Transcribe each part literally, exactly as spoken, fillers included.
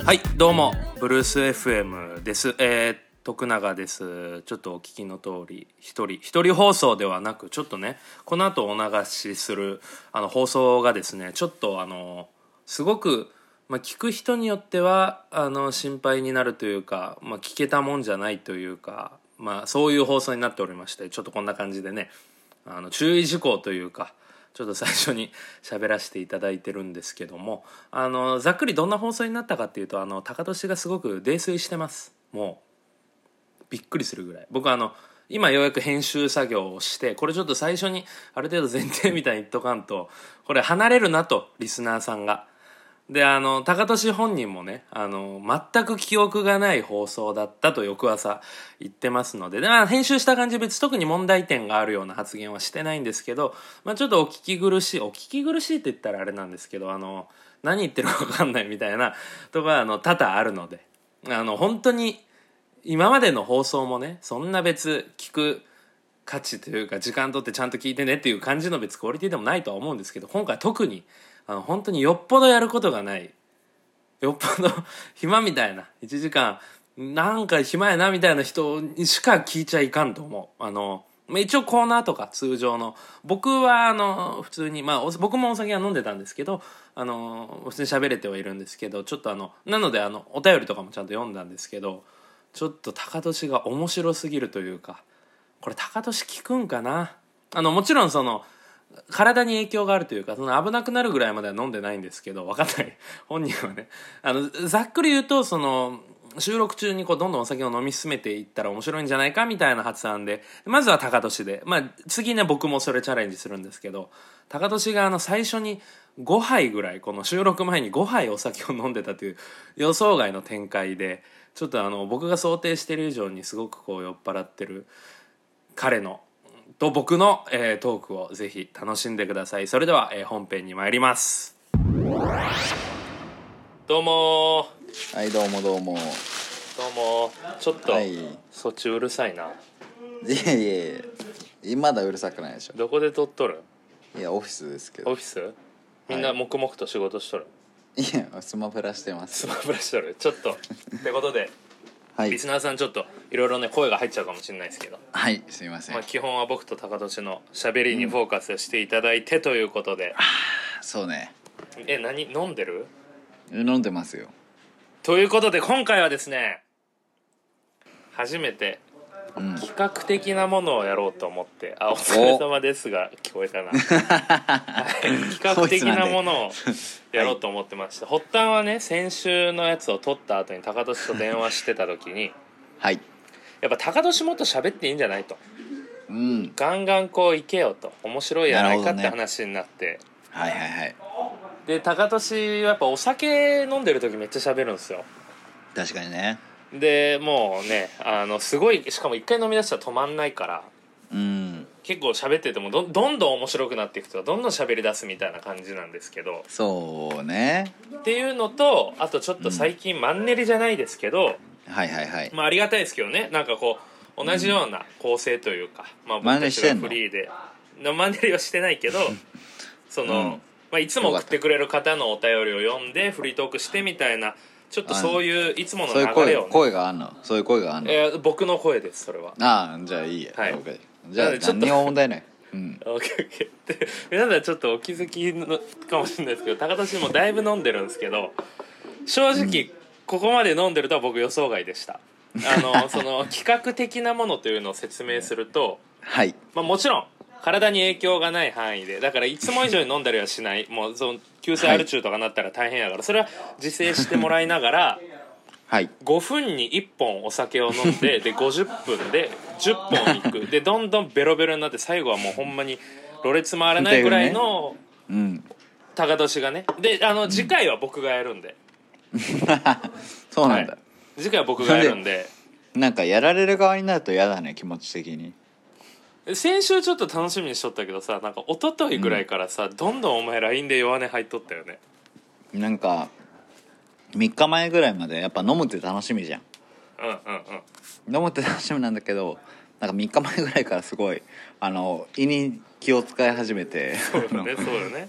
はい、どうもブルース エフエム です。えー、徳永です。ちょっとお聞きの通り一人一人放送ではなく、ちょっとねこの後お流しするあの放送がですね、ちょっとあのすごく、まあ、聞く人によってはあの心配になるというか、まあ、聞けたもんじゃないというか、まあ、そういう放送になっておりまして、ちょっとこんな感じでね、あの注意事項というかちょっと最初に喋らせていただいてるんですけども、あのざっくりどんな放送になったかっていうと、あの高俊がすごく泥酔してます。もうびっくりするぐらい。僕あの今ようやく編集作業をして、これちょっと最初にある程度前提みたいに言っとかんとこれ離れるなと、リスナーさんが。であの高俊本人もね、あの全く記憶がない放送だったと翌朝言ってますので、で、まあ、編集した感じ別に特に問題点があるような発言はしてないんですけど、まあ、ちょっとお聞き苦しいお聞き苦しいって言ったらあれなんですけど、あの何言ってるか分かんないみたいなところはあの多々あるので、あの本当に今までの放送もね、そんな別聞く価値というか時間取ってちゃんと聞いてねっていう感じの別クオリティでもないとは思うんですけど、今回特にあの本当によっぽどやることがない、よっぽど暇みたいな、いちじかんなんか暇やなみたいな人にしか聞いちゃいかんと思う。あの一応コーナーとか通常の、僕はあの普通に、まあ僕もお酒は飲んでたんですけど、あの普通に喋れてはいるんですけど、ちょっとあのなのであのお便りとかもちゃんと読んだんですけど、ちょっと高俊が面白すぎるというか、これ高俊聞くんかな。あのもちろんその体に影響があるというか、その危なくなるぐらいまでは飲んでないんですけど、分かんない本人はね、あのざっくり言うと、その収録中にこうどんどんお酒を飲み進めていったら面白いんじゃないかみたいな発案で、まずは高俊で、まあ次ね僕もそれチャレンジするんですけど、高俊があの最初にごはいぐらい、この収録前にごはいお酒を飲んでたという予想外の展開で、ちょっとあの僕が想定している以上にすごくこう酔っ払ってる彼のと僕の、えー、トークをぜひ楽しんでください。それでは、えー、本編に参ります。どうもはい、どうもどうもどうも。ちょっと、 はい、 そっちうるさいな。 いやいやいや、まだうるさくないでしょ。 どこで撮っとる？ いや、オフィスですけど。 オフィス？みんな黙々と仕事しとる？ いや、スマブラしてます。 スマブラしとる。ちょっとってことで、 はい、 リスナーさんちょっといろいろね声が入っちゃうかもしれないですけど、 はい、すいません、 まあ、基本は僕と高俊の喋りにフォーカスしていただいてということで、 うん、そうね。 え、何飲んでる？ 飲んでますよ。 ということで今回はですね、初めてうん、 企画的なものをやろうと思って、あ、お疲れ様ですが聞こえたな企画的なものをやろうと思ってました、はい、発端はね、先週のやつを撮った後に高俊と電話してた時にはいやっぱ高俊もっと喋っていいんじゃないと、 うん、 ガンガンこういけよと、面白いやないかって話になって、ね、 はいはいはい。 で高俊はやっぱお酒飲んでる時めっちゃ喋るんですよ。 確かにね。 でもうね、あのすごい、しかも一回飲み出したら止まんないから、 うん、 結構喋ってても ど, どんどん面白くなっていくとどんどん喋り出すみたいな感じなんですけど、 そうね。 っていうのと、あとちょっと最近マンネリじゃないですけど、 うん、はいはいはい。 まあありがたいですけどね、なんかこう同じような構成というか、うん、まあ僕たちがフリーでマンネリはしてないけどその、うん、まあ、いつも送ってくれる方のお便りを読んでフリートークしてみたいな、ちょっとそういういつもの流れを、ね、 そういう声、声があんの？そういう声があんの？ えー、僕の声です、それは。 ああ、じゃあいいや、 はい、 OK、じゃあ何にも問題ない。うん、 オッケーオッケー。で皆さんちょっとお気づきのかもしれないですけど、高俊もだいぶ飲んでるんですけど、正直、うん、ここまで飲んでるとは僕予想外でした。あのその企画的なものというのを説明すると、 はい、 まあ、もちろん体に影響がない範囲で、だからいつも以上に飲んだりはしないもうその急性アル中とかなったら大変やから、それは自制してもらいながらはい、ごふんにいっぽんお酒を飲んででごじゅっぷんでじゅっぽんいくでどんどんベロベロになって、最後はもうほんまにろれつ回らないぐらいの高俊がね、であの次回は僕がやるんで、 うん、そうなんだ、はい、 次回は僕がやるんで、 なんかやられる側になると嫌だね、気持ち的に。 先週ちょっと楽しみにしとったけどさ、なんか一昨日ぐらいからさ、うん、どんどんお前 ライン で弱音入っとったよね。 なんかみっかまえぐらいまでやっぱ飲むって楽しみじゃん。 うんうんうん。 飲むって楽しみなんだけど、なんかみっかまえぐらいからすごいあの胃に気を使い始めてそうだねそうだね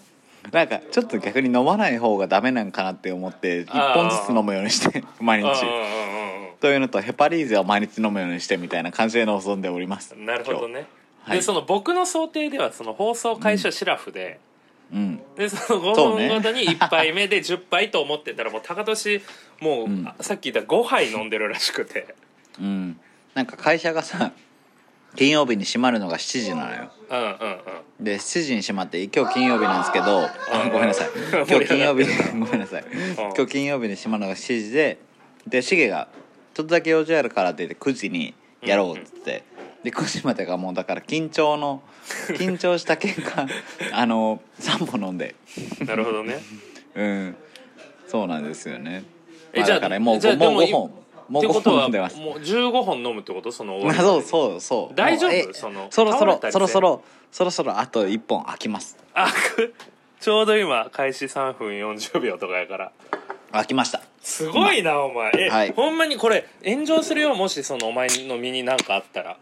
なんかちょっと逆に飲まない方がダメなんかなって思っていっぽんずつ飲むようにして毎日というのとヘパリーゼは毎日飲むようにしてみたいな感じで臨んでおります。 なるほどね、 はい、 でその僕の想定ではその放送開始はシラフで、 うん、 でそのごふんごとにいっぱいめでじゅっぱいと思ってたらもう高俊もう、うん、さっき言ったごはい飲んでるらしくて、 うん、なんか会社がさ金曜日に閉まるのがしちじなのよ。 うんうんうん。 でしちじに閉まって今日金曜日なんですけど、あごめんなさい今日金曜日ごめんなさい今日金曜日に閉まるのがしちじで、でシゲがちょっとだけ用事あるからって言ってくじにやろうっつって、うんうん、でくじまでがもうだから緊張の緊張した結果あのさんぼん飲んでなるほどねうんそうなんですよね。 え、まあ、じゃあだからもうごほんもうごほん飲んでます。 もうじゅうごほん飲むってことその終わりそうそうそう大丈夫そのそろそろそろそろそろそろあといっぽん空きます。 あちょうど今開始さんぷんよんじゅうびょうとかやから空きました。 すごいなお前え、はい、ほんまにこれ炎上するよもしそのお前の身に何かあったら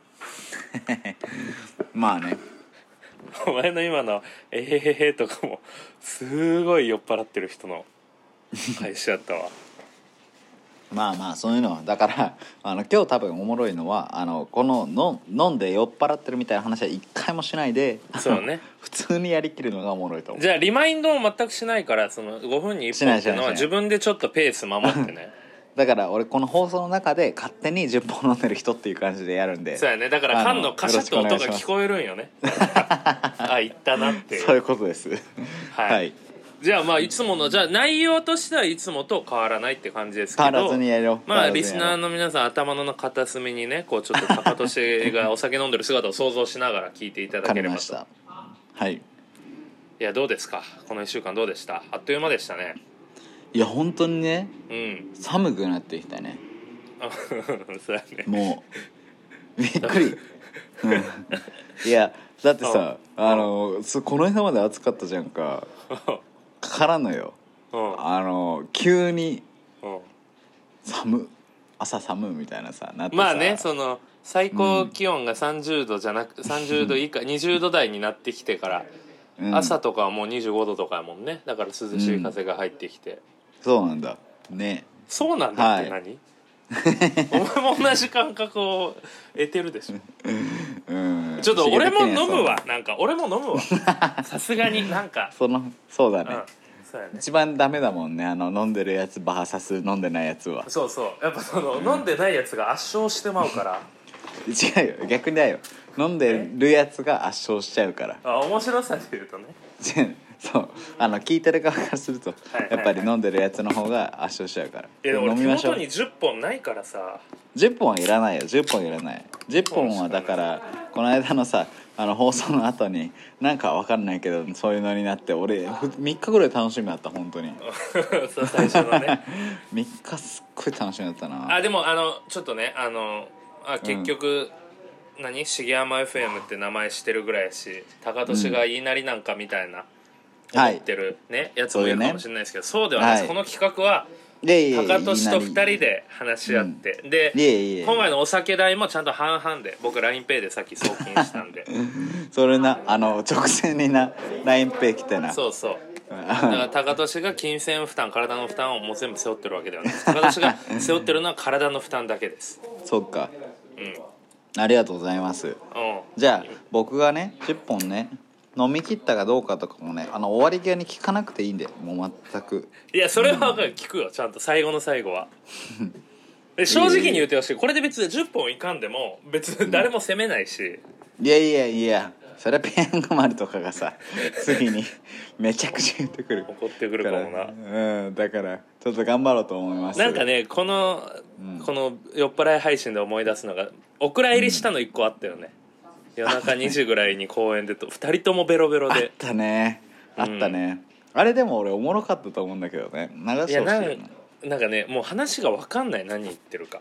まあねお前の今の「えへへへ」とかもすごい酔っ払ってる人の開始やったわまあまあそういうのはだからあの今日多分おもろいのはあのこのの飲んで酔っ払ってるみたいな話は一回もしないでそうね普通にやりきるのがおもろいと思う。 じゃあリマインドも全くしないからそのごふんにいっぽんっていうのは自分でちょっとペース守ってねだから俺この放送の中で勝手にじゅっぽん飲んでる人っていう感じでやるんで。 そうやねだから缶のカシャッと音が聞こえるんよねあ言ったなっていうそういうことですはい、はいじゃあまあいつものじゃあ内容としてはいつもと変わらないって感じですけど変わらずにやろう。 まあリスナーの皆さん頭の片隅にねこうちょっと高俊がお酒飲んでる姿を想像しながら聞いていただければと。 はいいやどうですかこのいっしゅうかんどうでしたあっという間でしたね。 いや本当にね、 うん、寒くなってきたねそうやねもうびっくり、うん、いやだってさあのこの間まで暑かったじゃんかからのよ、うん、あの急に、うん、寒朝寒みたいなさなってさまあねその最高気温がさんじゅうどじゃなく、うん、さんじゅうど以下にじゅうど台になってきてから、うん、朝とかはもうにじゅうごどとかやもんねだから涼しい風が入ってきて、うん、 そうなんだねそうなんだって何、はいお前も同じ感覚を得てるでしょ、うん、ちょっと俺も飲むわなんか俺も飲むわさすがになんかそのそうだね、うんそうやね、 一番ダメだもんねあの飲んでるやつバーサス飲んでないやつは。 そうそうやっぱその、うん、飲んでないやつが圧勝してまうから違うよ逆にだよ飲んでるやつが圧勝しちゃうからあ面白さで言うとねそうあの聞いてる側からすると、はいはいはい、やっぱり飲んでるやつの方が圧勝しちゃうから。 えでも俺手元にじゅっぽんないからさじゅっぽんはいらないよじゅっぽんいらないじゅっぽんはだからこの間のさあの放送の後になんか分かんないけどそういうのになって俺みっかぐらい楽しみだった本当にそう最初のねみっかすっごい楽しみだったなあでもあのちょっとねあのあ結局、うん、何重山 エフエム って名前してるぐらいやし高俊が言いなりなんかみたいな、うん思ってるね、はい、やつもいるかもしれないですけどそうではないです、はい、この企画は高俊とふたりで話し合って、うん、でい今回のお酒代もちゃんと半々で僕 ラインペイ でさっき送金したんでそれなあの直線にな ラインペイ 来てなそうそうだから高俊が金銭負担体の負担をもう全部背負ってるわけではないです高俊が背負ってるのは体の負担だけですそっかうんありがとうございます、うん、じゃあ僕がねじゅっぽんね飲み切ったかどうかとかもねあの終わり際に聞かなくていいんでもう全くいやそれは分かる聞くよちゃんと最後の最後は正直に言うてほしいこれで別にじゅっぽんいかんでも別に誰も責めないし、 うん、いやいやいやそれはペヤング丸とかがさ次にめちゃくちゃ言ってくる怒ってくるかもなうんだからちょっと頑張ろうと思いますなんかねこの、うん、この酔っ払い配信で思い出すのがお蔵入りしたのいっこあったよね、うん夜中にじぐらいに公園でとふたりともベロベロであったねあったね、うん、あれでも俺おもろかったと思うんだけどね流してほしいよね。いやな ん, なんかねもう話が分かんない何言ってるか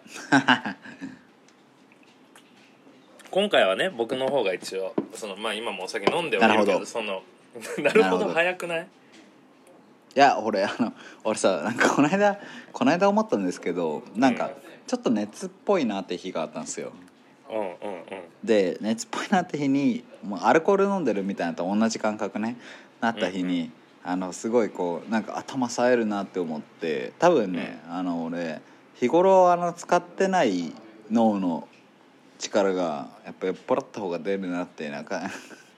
今回はね僕の方が一応そのまあ今もお酒飲んではいるけどそのなるほど早くない？ いや俺あの俺さなんかこの間この間思ったんですけどなんかちょっと熱っぽいなって日があったんですよ。 うんうんうん、 で熱っぽいなって日にもうアルコール飲んでるみたいなと同じ感覚ねなった日に、 あのすごいこうなんか頭冴えるなって思って、多分ね、うん、あの俺日頃あの使ってない脳の力がやっぱ酔っ払った方が出るなってなんか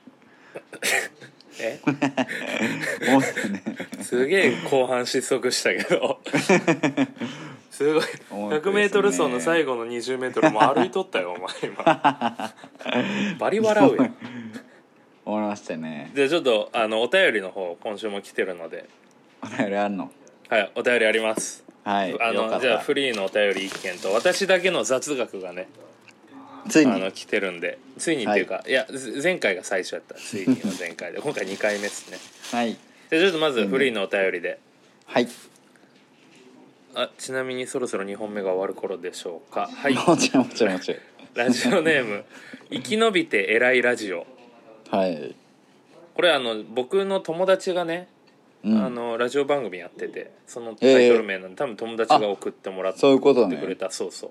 え思ってねすげえ後半失速したけどすごい ひゃくメートル 走の最後の にじゅうメートル も歩いとったよお前今バリ笑うよ思いましたね。 じゃあちょっとあのお便りの方今週も来てるので。 お便りあるの？ はいお便りあります。 はいあのじゃあフリーのお便りいっけんと私だけの雑学がねついにあの来てるんで、ついにっていうか、はい、いや前回が最初やったついにの前回で今回にかいめですね。 はいじゃあちょっとまずフリーのお便りで、 うん、はい。 あちなみにそろそろにほんめが終わる頃でしょうか。はいもちろんもちろんもちろんラジオネーム生き延びて偉いラジオ。 はい。 これあの僕の友達がね、うん、あのラジオ番組やっててそのタイトル名なんで、えー、多分友達が送ってもらってそういうことね、 くれた。そうそう、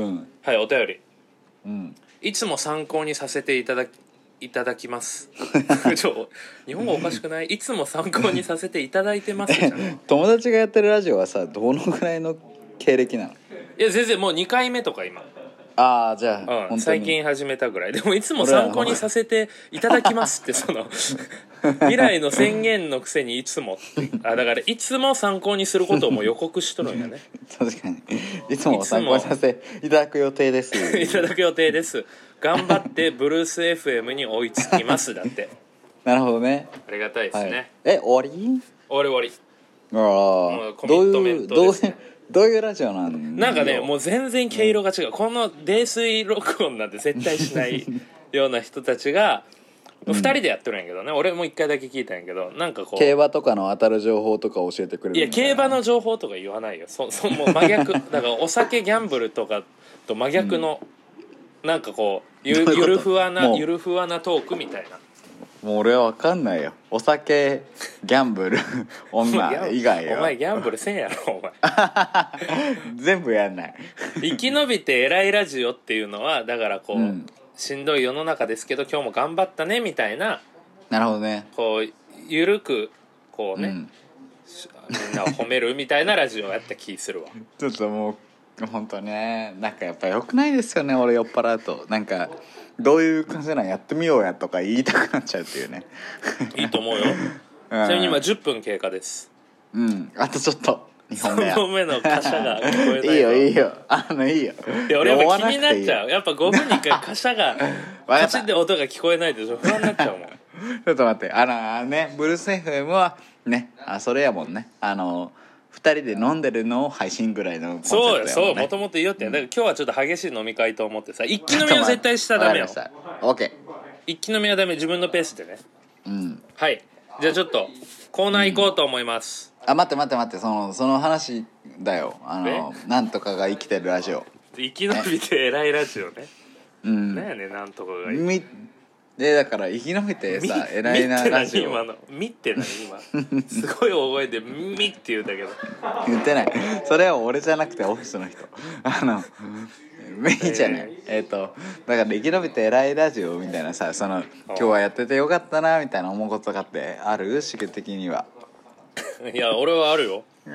うん、 はいお便り、 うん、 いつも参考にさせていただきいただきます日本語おかしくない？いつも参考にさせていただいてますじゃん友達がやってるラジオはさどのぐらいの経歴なの？ いや全然もうにかいめとか今。 ああじゃあ、 うん、最近始めたぐらいでもいつも参考にさせていただきますってその未来の宣言のくせにいつもあだからいつも参考にすることをもう予告しとるんやね確かにいつも参考にさせていただく予定ですいただく予定です頑張ってブルース エフエム に追いつきますだってなるほどねありがたいですね、はい、 え終わり終わり終わりああコミットメントですね。どういうラジオなんなんかねもう全然毛色が違う、うん、この泥酔録音なんて絶対しないような人たちがふたりでやってるんやけどね、うん、俺もいっかいだけ聞いたんやけどなんかこう競馬とかの当たる情報とか教えてくれる。 いや競馬の情報とか言わないよ。そそもう真逆だからお酒ギャンブルとかと真逆の、うん、なんかこう ゆ, ゆるふわなゆるふわなトークみたいな。 もう俺は分かんないよ。お酒ギャンブル女以外よ。 お前ギャンブルせんやろお前全部やんない。 生き延びて偉いラジオっていうのはだからこう、うん、しんどい世の中ですけど今日も頑張ったねみたいな。 なるほどね。 こうゆるくこうね、うん、みんなを褒めるみたいなラジオをやった気するわちょっともう本当ねなんかやっぱ良くないですよね。俺酔っ払うとなんかどういう感じなんやってみようやとか言いたくなっちゃうっていうねいいと思うよ、うん、ちなみに今じゅっぷん経過です。 うんあとちょっとにほんめやさんぼんめの貨車が聞こえない。 いいよいいよあのいいよ。 いや俺やっぱ気になっちゃう。やっぱごふんにいっかい貨車がカチッて音が聞こえないと不安になっちゃうもんちょっと待ってあのあのねブルース エフエム はねあそれやもんねあのふたりで飲んでるのを配信ぐらいのコンセプトやもんね。 そうよそうもともと言おって、うん、だから今日はちょっと激しい飲み会と思ってさ一気飲みは絶対したらダメよ。 オッケー一気飲みはダメ自分のペースでね。 うんはいじゃあちょっとコーナー行こうと思います、 うん、あ待って待って待ってそのその話だよあのなんとかが生きてるラジオ生き延びて偉いラジオねうんなんやねなんとかが生きてでだから生き延びてさ偉いなラジオ今のみって何今すごい大声でみって言うんだけど言ってないそれは俺じゃなくてオフィスの人あのみじゃない、えー、えーとだから生き延びて偉いラジオみたいなさその今日はやっててよかったなみたいな思うこととかってある？しげ的にはいや俺はあるよ、うん、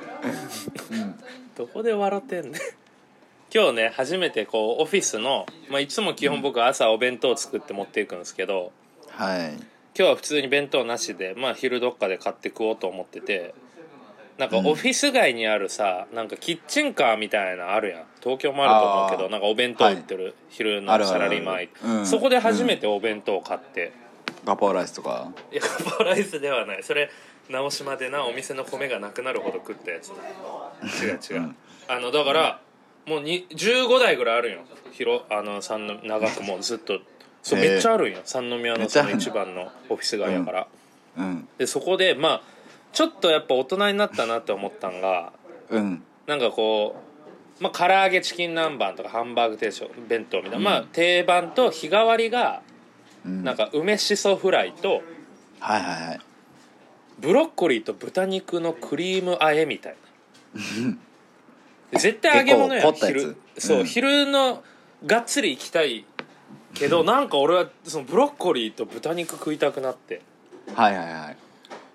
どこで笑ってんねん今日ね初めてこうオフィスの、まあ、いつも基本僕朝お弁当を作って持っていくんですけど、 はい今日は普通に弁当なしで、まあ、昼どっかで買って食おうと思っててなんかオフィス街にあるさなんかキッチンカーみたいなのあるやん東京もあると思うけどなんかお弁当売ってる、はい、昼のサラリーマン、うん、そこで初めてお弁当を買って、 うん、ガパオライスとかいやガパオライスではないそれ直島でなお店の米がなくなるほど食ったやつ違う違う、うん、あのだからもうにじゅうごだいぐらいあるんよ広あの三の長くもうずっとそうめっちゃあるんよ三宮のその一番のオフィス街やから、 うんうん、でそこでまあちょっとやっぱ大人になったなって思ったんが、 うん、 なんかこう、まあ、唐揚げチキン南蛮とかハンバーグ定食弁当みたいな、うん、まあ定番と日替わりが、うん、なんか梅しそフライと、 はいはいはい、 ブロッコリーと豚肉のクリーム和えみたいな絶対揚げ物や昼そう、うん、昼のがっつり行きたいけどなんか俺はそのブロッコリーと豚肉食いたくなってはいはいはい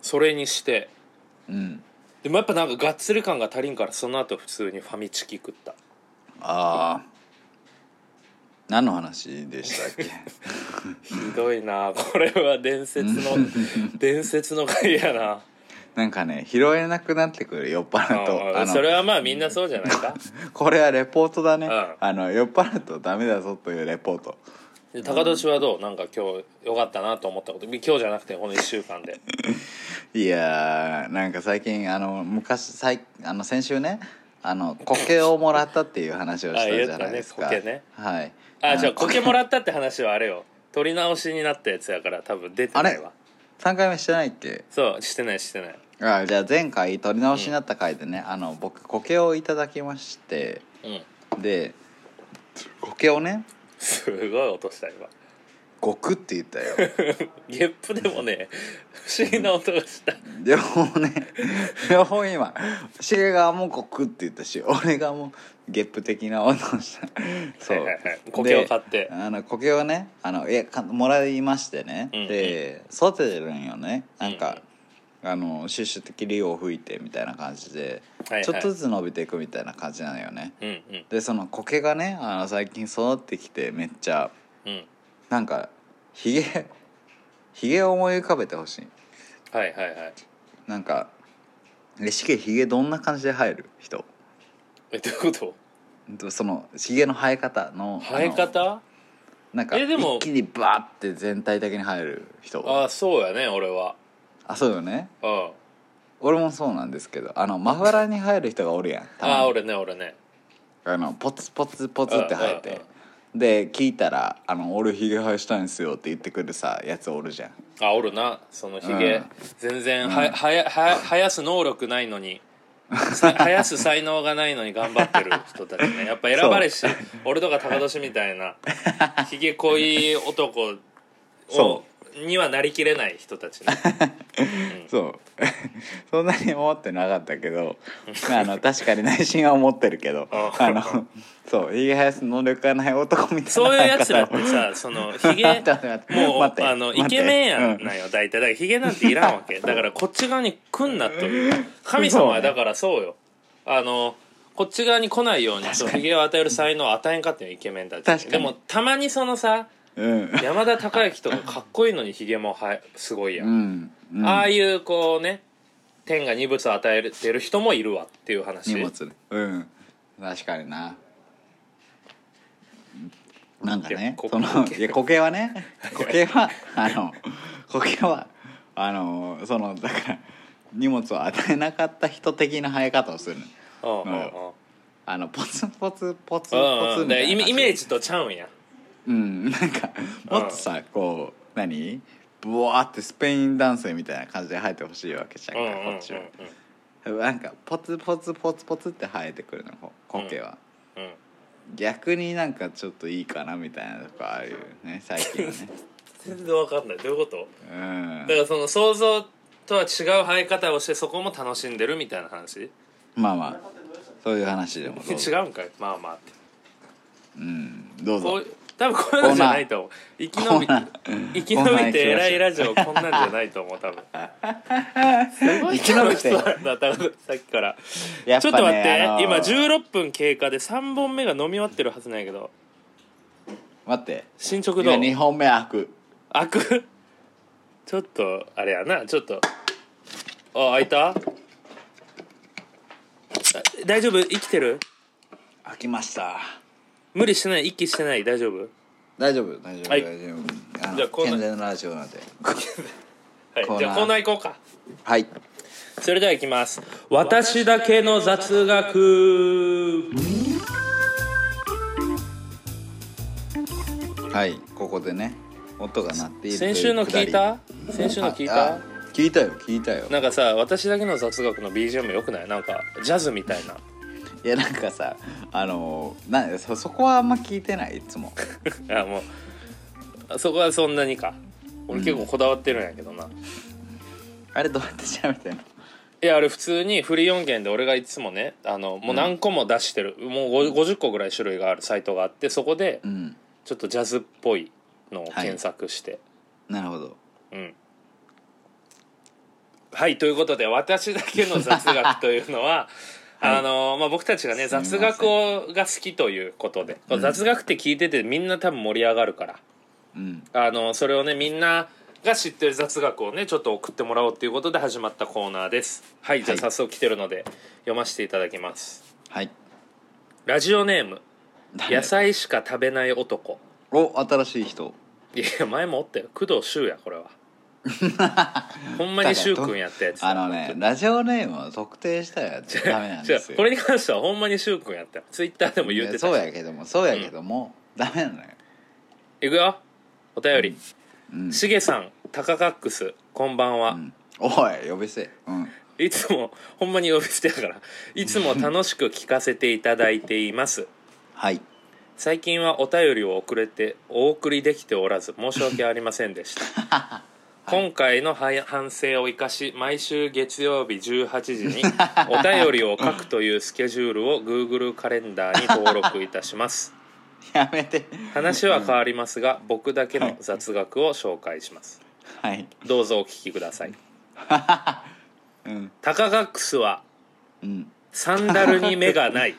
それにして、 うん、 でもやっぱなんかがっつり感が足りんからその後普通にファミチキ食った。 ああ、何の話でしたっけ？ ひどいなこれは。伝説の伝説の回やな。 なんかね、拾えなくなってくる、酔っ払うと。 あのそれはまあみんなそうじゃないか。 これはレポートだね、 うん、 あの酔っ払うとダメだぞというレポート。 で高年はどう？なんか今日良かったなと思ったこと、今日じゃなくてこのいっしゅうかんで。 いやー、なんか最近あの昔最あの先週ね、あの苔をもらったっていう話をしたじゃないですか。 あ、言ったね、苔ね。 はい。 あ、じゃあ苔もらったって話はあれよ、取り直しになったやつやから多分出てないわ。 さんかいめしてないっけ？ そう、してないしてない。 あ、じゃあ前回取り直しになった回でね、うん、あの僕苔をいただきまして、うん、で苔をね、 すごい音した今。 ゴクって言ったよ。 ゲップでもね不思議な音がした。 両方ね、両方今シゲがもうゴクって言ったし、俺がもうゲップ的な音をした。そう、はいはいはい、 苔を買って、 あの苔をね、あのいやもらいましてね、うんうん、で育ててるんよね。なんか、うんうん、あのシュシュ的利を吹いてみたいな感じで、はいはい、ちょっとずつ伸びていくみたいな感じなのよね、うんうん、でその苔がね、あの最近育ってきてめっちゃ、うん、なんかひげひげを思い浮かべてほしい。 はいはいはい。 なんかしげひげどんな感じで生える人？ え、どういうこと？ そのひげの生え方の生え方なんか一気にバーって全体的に生える人。 ああ、そうやね、俺は。 あ、そうよね。 うん、 俺もそうなんですけど、あのまばらに生える人がおるやん。 ああ、俺ね俺ねあのポツポツポツって生えて、で聞いたらあの俺ひげ生やしたいんすよって言ってくるさやつおるじゃん。 あ、おるな、そのひげ、うん、全然は、うん、はやは生やす能力ないのに生やす才能がないのに頑張ってる人たちね。やっぱ選ばれし俺とか高年みたいなひげ濃い男をにはなりきれない人たちね、 うん、そうそんなに思ってなかったけどあの確かに内心は思ってるけどあのそうひげ生やす能力がない男みたいな、 そういうやつらってさ、そのひげもうあのイケメンやんなんよ大体。だからひげなんていらんわけだからこっち側に来んなという神様はだからそうよ、あのこっち側に来ないようにひげを与える才能を与えんかっていうイケメンたち。でもたまにそのさ、うん、山田孝之とかかっこいいのにひげもはすごいやん、うんうん、ああいうこうね天が二物を与えてる人もいるわっていう話。 二物、うん、確かにな。なんかね、そのいや苔はね苔はあの苔はあのそのだから荷物を与えなかった人的な生え方をするの。うんうんうん、あのポツポツポツポツみたいな、うんうん、 イメージとちゃうんや。 うん、なんかもっとさ、こう何ブワーってスペイン男性みたいな感じで生えてほしいわけじゃんか、うんうんうんうん、こっちはなんかポツポツポツポツって生えてくるの苔は、うんうん、逆になんかちょっといいかなみたいなとこあるよね最近はね。 全然わかんない、どういうこと、うん、だからその想像とは違う生え方をしてそこも楽しんでるみたいな話。 まあまあそういう話でも違うんかい、まあまあって。 うんどうぞ。 多分こういうのじゃないと思う。生き延び生き延びて偉いラジオこんなんじゃないと思う多分。すごい楽しそうなんださっきから、ね、ちょっと待って、あのー、今じゅうろっぷん経過でさんぼんめが飲み終わってるはずなんやけど。 待って進捗どう？ 今にほんめ開く開くちょっとあれやな、ちょっとあ開いた。大丈夫？生きてる？ 開きました。 無理してない？息してない？大丈夫？ 大丈夫大丈夫、はい、大丈夫。あのじゃあ健全なラジオなんではい、じゃあコーナー行こうか。 はい、 それでは行きます。私だけの雑学。 はい、ここでね音が鳴っている。 先週の聞いた？先週の聞いた？ 聞いたよ聞いたよ。 なんかさ、私だけの雑学の ビージーエム よくない？なんかジャズみたいな。 いやなんかさ、あのー、な そ, そこはあんま聞いてないいつも。 いやもうそこはそんなにか。俺結構こだわってるんやけどな、うん、 あれどうやって調べてんの？ いやあれ普通にフリー音源で俺がいつもね、あのもう何個も出してる、うん、もうごじゅっこぐらい種類があるサイトがあって、そこでちょっとジャズっぽいのを検索して、 はい、なるほど。 うんはいということで私だけの雑学というのははい、あのまあ、僕たちがね雑学をが好きということで、うん、雑学って聞いててみんな多分盛り上がるから、うん、あのそれをねみんなが知ってる雑学をねちょっと送ってもらおうということで始まったコーナーです。はい、はい、じゃあ早速来てるので読ませていただきます。はい。ラジオネーム野菜しか食べない男。 お、新しい人。 いや前もおったよ、工藤修やこれはほんまにシュウ君やったやつ。 あのねラジオネームを特定したやつダメなんですよ。 これに関してはほんまにシュウ君やったよ。ツイッターでも言ってたし。 そうやけどもそうやけども、うん、ダメなのよ。 いくよお便り、うん、しげさんタカカックスこんばんは、うん、 おい呼び捨て、うん、 いつもほんまに呼び捨てやからいつも楽しく聞かせていただいていますはい最近はお便りを遅れてお送りできておらず申し訳ありませんでした今回の反省を生かし毎週月曜日じゅうはちじにお便りを書くというスケジュールを Google カレンダーに登録いたしますやめて話は変わりますが、うん、僕だけの雑学を紹介します、はい、どうぞお聞きください、うん、タカガックスは、うん、サンダルに目がない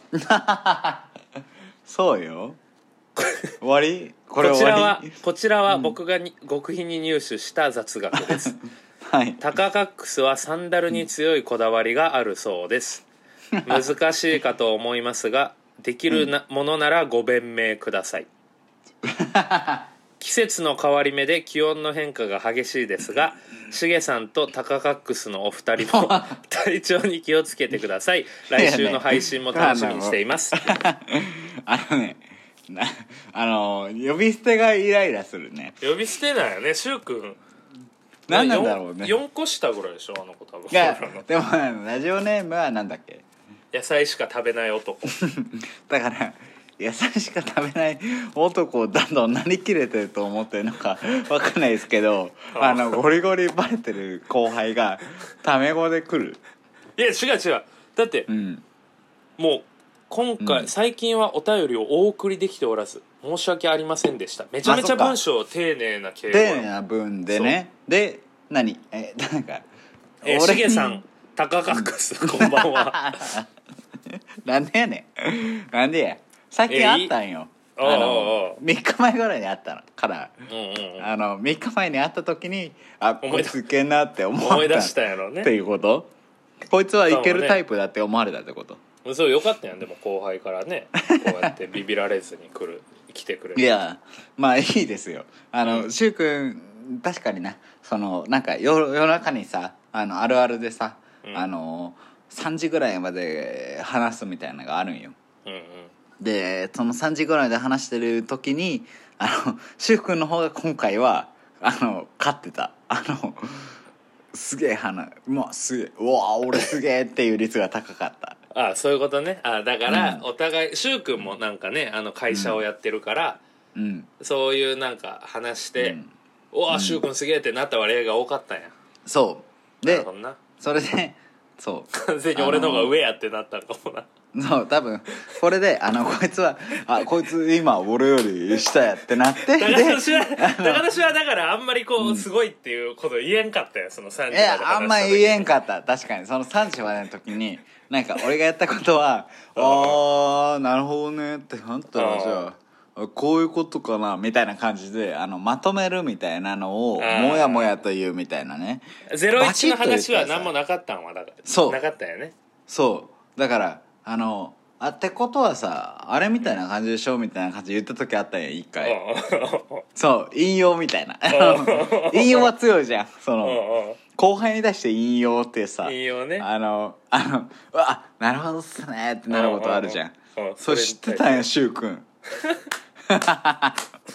そうよ終わりこれこちらはこちらは僕がに、うん、極秘に入手した雑学です、はい、タカガックスはサンダルに強いこだわりがあるそうです難しいかと思いますができるな、うん、ものならご弁明ください季節の変わり目で気温の変化が激しいですがしげさんとタカカックスのお二人も体調に気をつけてください。来週の配信も楽しみにしていますあのねなあの呼び捨てがイライラするね。 呼び捨てだよね。しゅうくん何なんだろうね。 よんこ下ぐらいでしょあの子多分。 いやでもラジオネームはなんだっけ。 野菜しか食べない男だから野菜しか食べない男をどんどんなりきれてると思ってるのかわかんないですけどあのゴリゴリバレてる後輩がタメ語で来る。 いや違う違うだって、うん、もう今回、うん、最近はお便りをお送りできておらず申し訳ありませんでした。めちゃめちゃ文章丁寧な敬語、 丁寧な文でね。で何えなんかえしげさんタカカックスこんばんはなんでやねんなんでやさっき会ったんよ。あのみっかまえぐらいに会ったのから、うんうんうん、あのみっかまえに会った時にあこいついけんなって思った思い出したやろねっていうこと。こいつはいけるタイプだって思われたってこと。 そう、ね、そうよかったやん。でも後輩からねこうやってビビられずに来る来てくれる。 いやまあいいですよ。あの、うん、しゅうくん確かになそのなんか夜夜中にさあのあるあるでさ、うん、あのさんじぐらいまで話すみたいなのがあるんよ、うんうん、でそのさんじぐらいで話してる時にあのしゅうくんの方が今回はあの勝ってた。あのすげえ話うわすげえうわ俺すげえっていう率が高かった。 ああそういうことね。あだからお互いしゅうくんもなんかねあの会社をやってるから、うん、そういうなんか話して、うん、うわしゅうくんすげえってなった割合が多かったんや。 そうでそれでそう完全に俺の方が上やってなったんかもな。 そう多分これであのこいつはあこいつ今俺より下やってなって高田氏は高田氏はだからあんまりこう、うん、すごいっていうこと言えんかったよそのさんじまで話した時。いやあんまり言えんかった。確かにそのさんじまでの時になんか俺がやったことはああなるほどねってなったらじゃあこういうことかなみたいな感じであのまとめるみたいなのをもやもやというみたいなね。 ゼロイチの話は何もなかったんはだからそうなかったよね。 そうだからあのあってことはさあれみたいな感じでしょみたいな感じで言った時あったんや一回そう引用みたいな引用は強いじゃん。その後輩に対して引用ってさ引用ねあのあのうわなるほどっすねってなることあるじゃん。それ知ってたんやしゅうくん完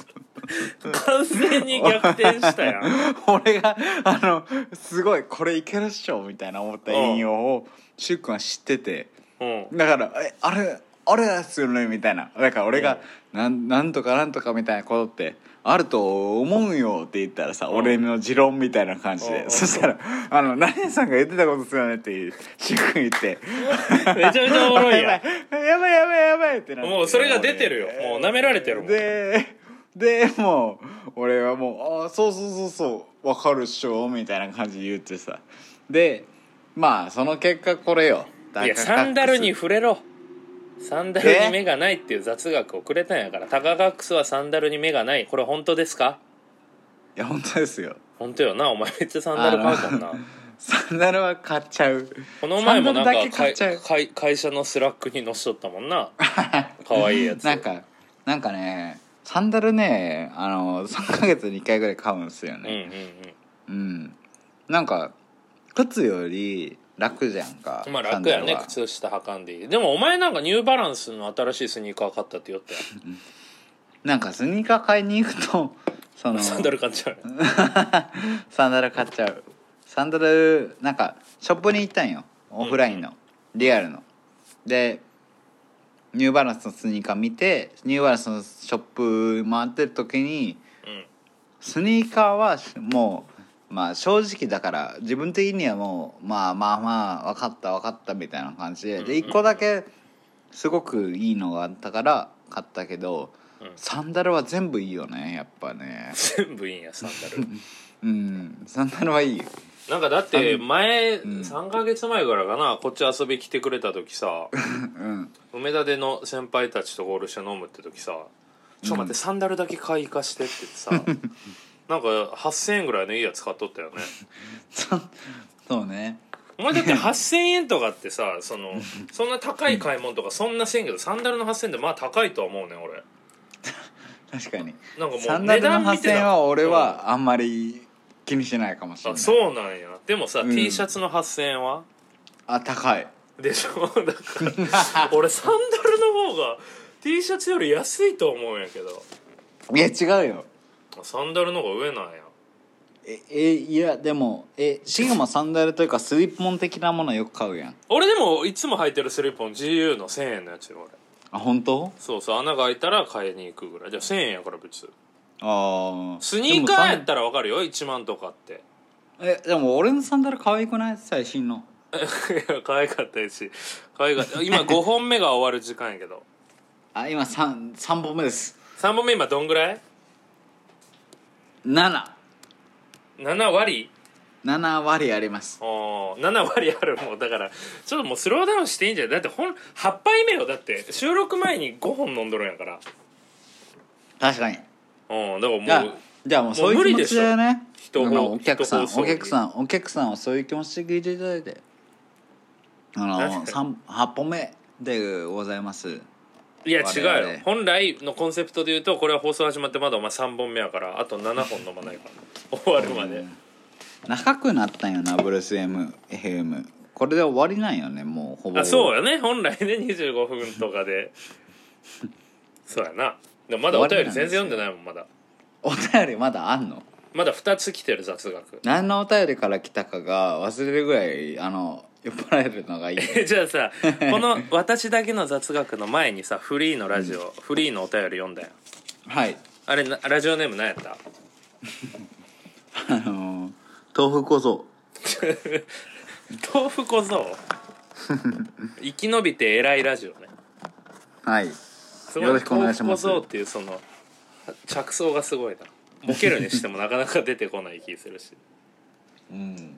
全に逆転したやん俺があのすごいこれいけるっしょみたいな思った引用をしゅうくんは知っててだからえあれあれですよねみたいな。だから俺がなん、なんとかなんとかみたいなことってあると思うよって言ったらさ、俺の持論みたいな感じでそしたらあの何々さんが言ってたことですよねってシュ君言ってめちゃめちゃおもろいやんやばいやばいやばいやばいってなってもうそれが出てるよ。もう舐められてるもんででもう俺はもう「あそうそうそうそう分かるっしょ」みたいな感じで言ってさ、でまあその結果これよ。 いやサンダルに触れろ。サンダルに目がないっていう雑学をくれたんやから。タカガックスはサンダルに目がない。これ本当ですか？ いや本当ですよ。 本当よな。お前めっちゃサンダル買うもんな。 サンダルは買っちゃう。 この前もなんか会, 会, 会社のスラックに載せとったもんな。かわいいやつ。 なんかなんかねサンダルねあのさんかげつにいっかいぐらい買うんですよね。うんうんうん、うん、なんか靴より楽じゃんか。 まあ楽やね、靴下はかんでいい。でもお前なんかニューバランスの新しいスニーカー買ったって言ったよ。 なんかスニーカー買いに行くとそのサンダル買っちゃうサンダル買っちゃう。サンダルなんかショップに行ったんよ、オフラインの、うん、リアルのでニューバランスのスニーカー見てニューバランスのショップ回ってる時に、うん、スニーカーはもうまあ正直だから自分的にはもうまあまあまあ分かった分かったみたいな感じで、うんうん、でいっこだけすごくいいのがあったから買ったけど、うん、サンダルは全部いいよねやっぱね。 全部いいんやサンダルうんサンダルはいいよ。 なんかだって前、うん、さんかげつまえからかなこっち遊び来てくれた時さ、うん、梅田での先輩たちとゴールして飲むって時さ「ちょっと待って、うん、サンダルだけ買い行かして」って言ってさなんかはっせんえんぐらいのいいやつ買っとったよねそ, そうねお前だってはっせんえんとかってさそのそんな高い買い物とかそんなせんけどサンダルのはっせんえんってまあ高いとは思うね俺。 確かになんかもうサンダルのはっせんえんは俺はあんまり気にしないかもしれない。 あそうなんや。でもさ、うん、T シャツのはっせんえんはあ高いでしょだから俺サンダルの方が T シャツより安いと思うんやけど。 いや違うよ、 サンダルの方が上なんや。 ええいやでもえシグマサンダルというかスリッポン的なものよく買うやん。 俺でもいつも履いてるスリッポン ジーユー のせんえんのやつよ俺。 あ本当？ そうそう穴が開いたら買いに行くぐらい。じゃあせんえんやから別。 あスニーカーやったら分かるよいちまんとかって。 えでも俺のサンダル可愛くない？最新のいや可愛かったし可愛かった今ごほんめが終わる時間やけどあ今 3, 3本目です。 さんぼんめ今どんぐらい？ なななな割？ なな 割あります。 おなな割ある。もうだからちょっともうスローダウンしていいんじゃない？だってほんはちはいめよ。だって収録前にごほん飲んどるんやから。 確かに。 うんだからもうじゃあもうそういう気持ちだよね。 人もお客さんお客さんお客さんはそういう気持ちで聞いていただいてあのはち本目でございます。 いや違うよ。本来のコンセプトで言うとこれは放送始まってまだお前さんぼんめやからあとななほん飲まないから終わるまで、うん、 長くなったんよなブルース エムエフエム。これで終わりなんよねもうほぼ。 あそうよね本来ねにじゅうごふんとかでそうやな。でもまだお便り全然読んでないもんまだ。 お便りまだあんの？ まだふたつ来てる雑学。 何のお便りから来たかが忘れるぐらいあの酔っ払えるのがいいじゃあさこの私だけの雑学の前にさフリーのラジオ、うん、フリーのお便り読んだよ。 はいあれラジオネーム何やったあの豆腐小僧豆腐小僧生き延びて偉いラジオね。 はいすごい。よろしくお願いします。豆腐小僧っていうその着想がすごいな。ボケるにしてもなかなか出てこない気するしうん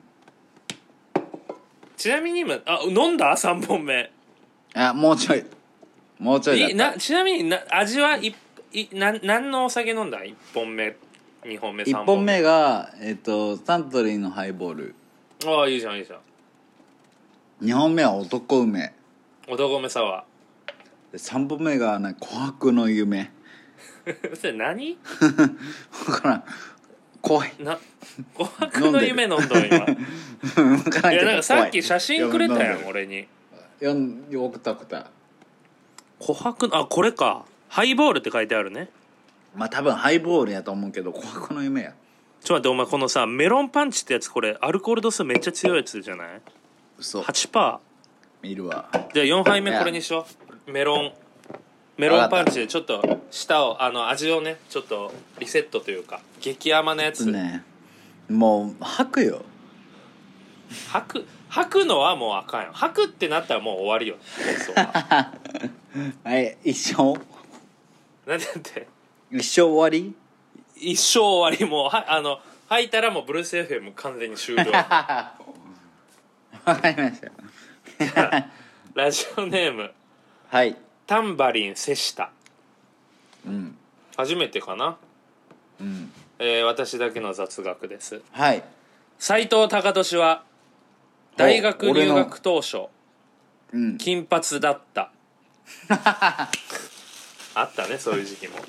ちなみに今あ飲んださんぼんめ。 あもうちょいもうちょいだった。 なちなみにな味はいいな何のお酒飲んだいっぽんめにほんめさんぼんめ。 いっぽんめが、えー、とサントリーのハイボール。 ああいいじゃんいいじゃん。 にほんめは男梅男梅サワーでさんぼんめが、ね、琥珀の夢それ何分からん怖いな琥珀の夢飲んどん今いやなんかさっき写真くれたやん俺に。 よん送った送った琥珀あこれかハイボールって書いてあるね。 まあ多分ハイボールやと思うけど琥珀の夢や。 ちょっと待ってお前このさメロンパンチってやつこれアルコール度数めっちゃ強いやつじゃない？ 嘘はちパーセント見るわ。 じゃあよんはいめこれにしよう。メロンメロンパンチでちょっと舌をあの味をねちょっとリセットというか激甘なやつね。もう吐くよ。 吐く吐くのはもうあかんよ。吐くってなったらもう終わりよ放送ははい一緒。 なんでって一生終わり一生終わり。もうはあの吐いたらもうブルース エフエム 完全に終了わかりましたラジオネームはいタンバリン瀬下。 うん初めてかな、 うんえー、私だけの雑学です。 はい斉藤隆俊は大学入学当初うん金髪だったあったね、そういう時期も。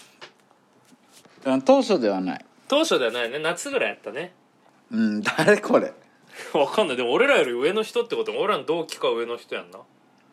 当初ではない。 当初ではないね、夏ぐらいやったね。 うん誰これわかんない。でも俺らより上の人ってことは俺らの同期か上の人やんな。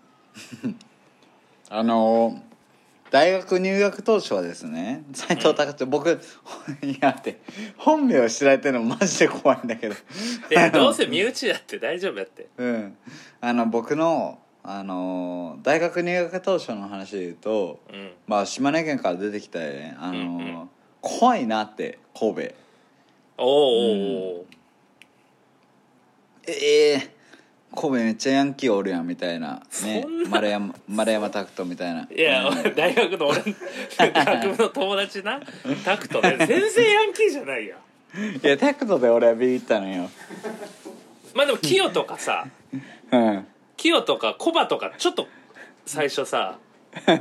あのー、大学入学当初はですね斉藤隆俊、うん、僕いやって本名を知られてるのマジで怖いんだけどいやどうせ身内だって大丈夫やって。 うんあの僕のあのー、大学入学当初の話で言うと、うん、まあ島根県から出てきたね、あのーうんうん、怖いなって神戸。 おーおー、うん、 ええー、神戸めっちゃヤンキーおるやんみたいなね、丸山丸山拓人みたいな。 いや、うん、大学の俺学部の友達な拓人ね、全然ヤンキーじゃないや。 いや拓人で俺はビビったのよ。 まあでも清とかさ、うん清とかコバとかちょっと最初さ、うん、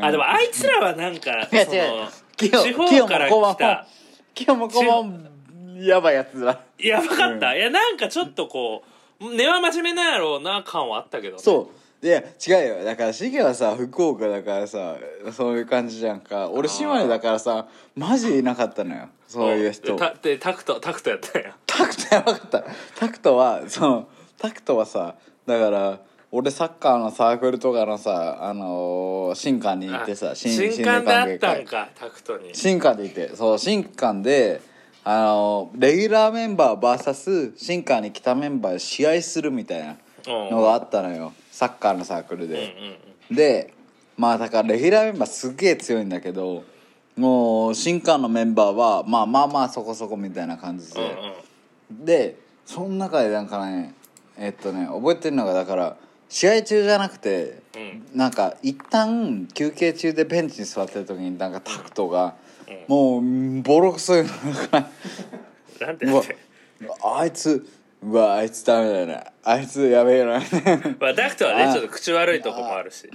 あでもあいつらはなんかその地方から来た清もコバもやばいやつらやばかった、うん、いやなんかちょっとこう根は真面目なんやろうな感はあったけど、ね、 そういや違うよ。だからシゲはさ福岡だからさそういう感じじゃんか。俺島根だからさマジいなかったのよそういう人。 たでタクトタクトやったんや。 タクトやばかった。タクトはそのタクトはさだから俺サッカーのサークルとかのさあのー、新館に行ってさ新館であったんかタクトに新館でいてそう新館であのー、レギュラーメンバー ブイエス 新館に来たメンバーで試合するみたいなのがあったのよサッカーのサークルで、うんうんうん、でまあだからレギュラーメンバーすげえ強いんだけどもう新館のメンバーはまあまあまあそこそこみたいな感じで、うんうん、でその中でなんかねえっとね覚えてるのがだから試合中じゃなくて、うん、なんか一旦休憩中でベンチに座ってる時になんかタクトが、うん、もうボロクソ言うのかななんてなんてあいつうわあいつダメだよなあいつやべえなまあタクトはねちょっと口悪いとこもあるし、 うん、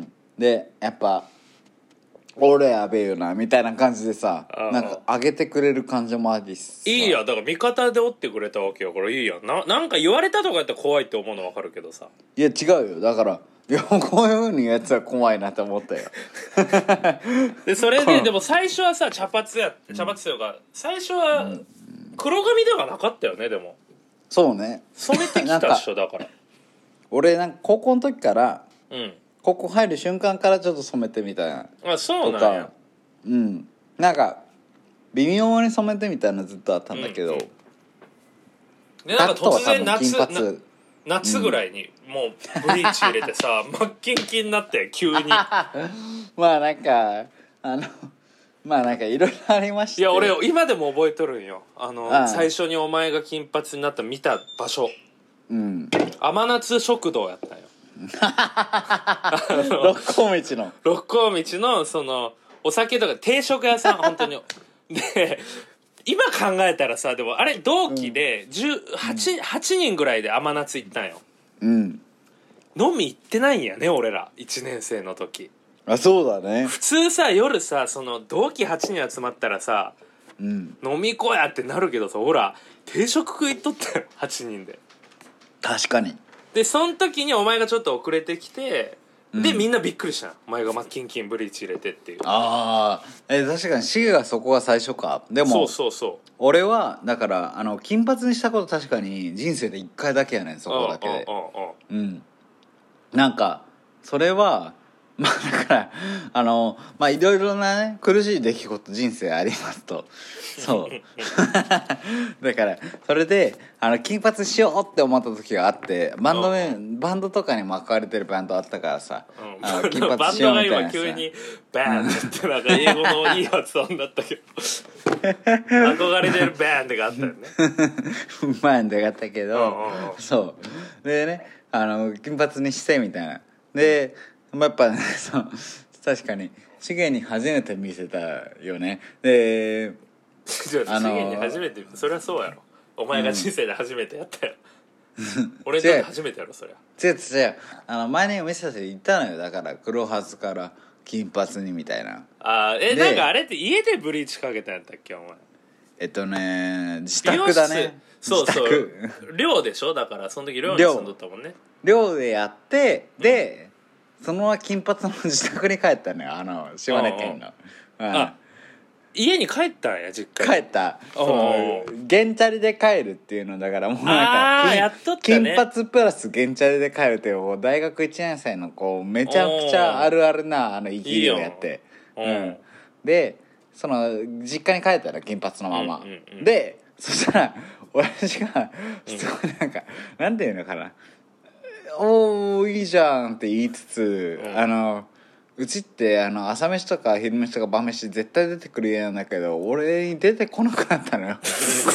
でやっぱ俺やべえよなみたいな感じでさなんか上げてくれる感じもありすいいやだから味方でおってくれたわけよ。これいいやな。なんか言われたとかやったら怖いって思うの分かるけどさ。 いや違うよだからいやこういう風にやつは怖いなって思ったよでそれででも最初はさ茶髪やって茶髪というか最初は黒髪ではなかったよね。でもそうね染めてきたっしょだから俺なんか高校の時からうんここ入る瞬間からちょっと染めてみたいな。 あそうなんや。 うんなんか微妙に染めてみたいなずっとあったんだけど、うん、 でなんか突然夏な夏ぐらいにもうブリーチ入れてさ真っキンキンになって急にまあなんかあのまあなんかいろいろありまして。 いや俺今でも覚えとるんよあのああ最初にお前が金髪になった見た場所、うん、甘夏食堂やったんよ六甲道の六甲道のそのお酒とか定食屋さん本当にで今考えたらさでもあれ同期でじゅうはち、うん、はちにんぐらいで甘夏行ったんよ、うん、飲み行ってないんやね俺らいちねん生の時。 あそうだね。 普通さ夜さその同期はちにん集まったらさ、うん、飲み行こうやってなるけどさほら定食食いとったよはちにんで。 確かに。 でその時にお前がちょっと遅れてきて、うん、でみんなびっくりしたお前がマッキンキンブリーチ入れてっていう。 ああえ確かにシゲがそこが最初か。でもそうそうそう俺はだからあの金髪にしたこと確かに人生でいっかいだけやねんそこだけで。うんなんかそれはまあだからあのまあいろいろなね苦しい出来事人生ありますとそうだからそれであの金髪しようって思った時があってバンドねバンドとかに巻かれてるバンドあったからさ、うん、あの金髪しようみたいなさバンドが今急にバーンってなんか英語のいい発音だったけど憧れてるバーンってがあったよねバーンってがあったけどそうでねあの金髪にしてみたいなでまあ、やっぱ、ね、そう確かにシゲに初めて見せたよね。であのー、に初めてそりゃそうやろ。お前が人生で初めてやったよ、うん、俺にとって初めてやろそりゃ。 違う違う、あの前に見せて言ったのよ。だから黒髪から金髪にみたいな。 あえなんかあれって家でブリーチかけたんやったっけお前。 えっとね自宅だね。 そうそう寮でしょ。だからその時寮に住んどったもんね。 寮でやってで、うん、そのまま金髪の自宅に帰ったのよ。あの島根県の。うん、 あ家に帰ったんや実家に。 帰った。その原チャリで帰るっていうのだからもうなんかやっとったね、 金髪プラス原チャリで帰るっていうもう大学いちねん生のこうめちゃくちゃあるあるなあの生きりをやって、 いいうん、 でその実家に帰ったら金髪のまま、うんうんうん、でそしたら親父がすごいなんか、うん、なんていうのかな、おーいいじゃんって言いつつ、うん、あのうちってあの朝飯とか昼飯とか晩飯絶対出てくる家なんだけど俺に出てこなくなったのよ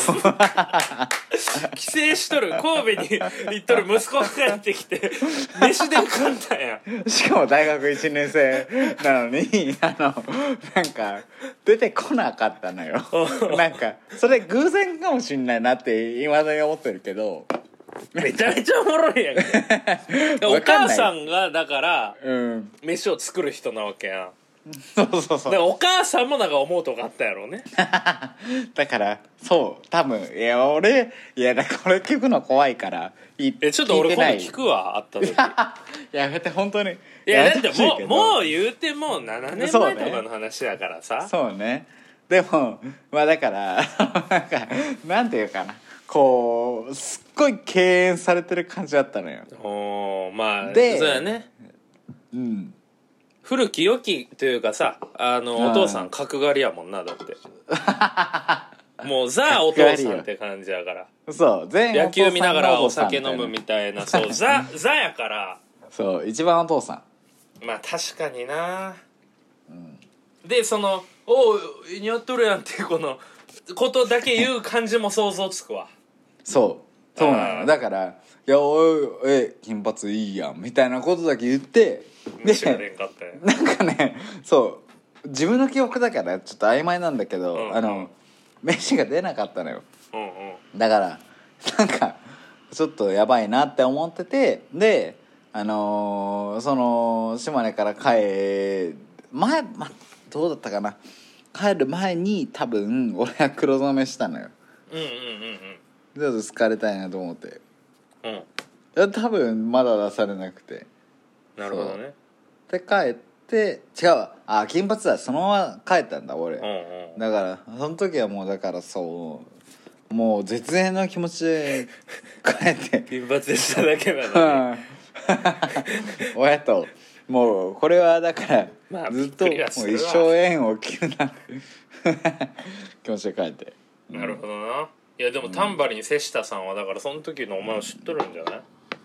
帰省しとる神戸に行っとる息子が帰ってきて飯で食ったんや。 しかも大学いちねん生なのにあのなんか出てこなかったのよなんかそれ偶然かもしんないなっていまだに思ってるけどめちゃめちゃおもろいやんけお母さんがだから、うん、飯を作る人なわけやん。 そうそうそう。 でお母さんもなんか思うとこあったやろうねだからそう多分いや俺いやだからこれ聞くの怖いからえちょっと俺今度聞くわあった時やめて本当に。いやだってもうもう言うてもうななねんまえとかの話だからさ。 そうね。でもまあだからなんかなんていうかなこうすっごい敬遠されてる感じだったのよ。 おまあでそうやね。 うん古き良きというかさあのお父さん角刈りやもんなだってもうザお父さんって感じやからそう全野球見ながらお酒飲むみたいなそうザザやからそう一番お父さん。まあ確かにな、うん、でそのおう似合っとるやんっていうこのことだけ言う感じも想像つくわそうそうなの。だから「いやおいえ金髪いいやん」みたいなことだけ言ってでなんかねそう自分の記憶だからちょっと曖昧なんだけど、うんうん、あの飯が出なかったのよ、うんうん、だからなんかちょっとやばいなって思っててであのー、その島根から帰前、ま、どうだったかな帰る前に多分俺は黒染めしたのよ。 うんうんうんうんちょっと疲れたいなと思ってうん多分まだ出されなくてなるほどね。 で帰って違うわあ金髪だそのまま帰ったんだ俺、うんうん、だからその時はもうだからそうもう絶縁の気持ちで帰って金髪でしただけなのに親ともうこれはだから、まあ、ずっともう一生縁を切るな気持ちで帰って、 うん、なるほどな。いやでもタンバリン瀬下さんはだからその時のお前を知っとるんじゃない？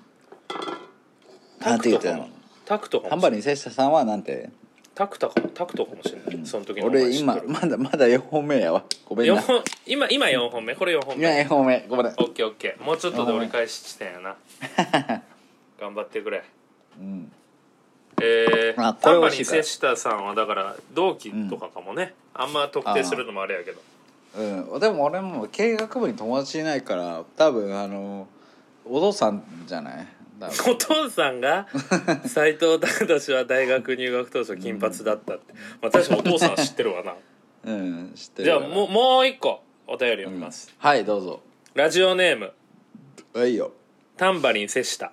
なんて言ってたの？ タクトかもしれない。 タンバリン瀬下さんはなんて？ タクトかもタクトかもしれない、うん、その時のお前知っとる。俺今まだまだよんほんめやわごめんな。 本今今よんほんめこれよんほんめ。 今よんほんめごめん。オッケーオッケーもうちょっとで折り返し地点やな頑張ってくれ。うんえー、タンバリン瀬下さんはだから同期とかかもね、うん、あんま特定するのもあれやけどうん、でも俺も経営学部に友達いないから多分あのお父さんじゃないお父さんが斉藤隆俊は大学入学当初金髪だったって、うんまあ、確かにお父さんは知ってるわなうん知ってる。 じゃあもうもう一個お便り読みます、 うん、はいどうぞ。 ラジオネームはいよタンバリン瀬下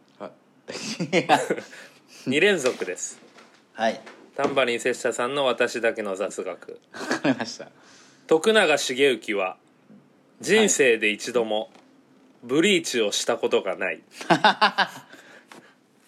に連続です。 はいタンバリン瀬下さんの私だけの雑学。 わかりました。 徳永茂之は人生で一度もブリーチをしたことがない、 はい、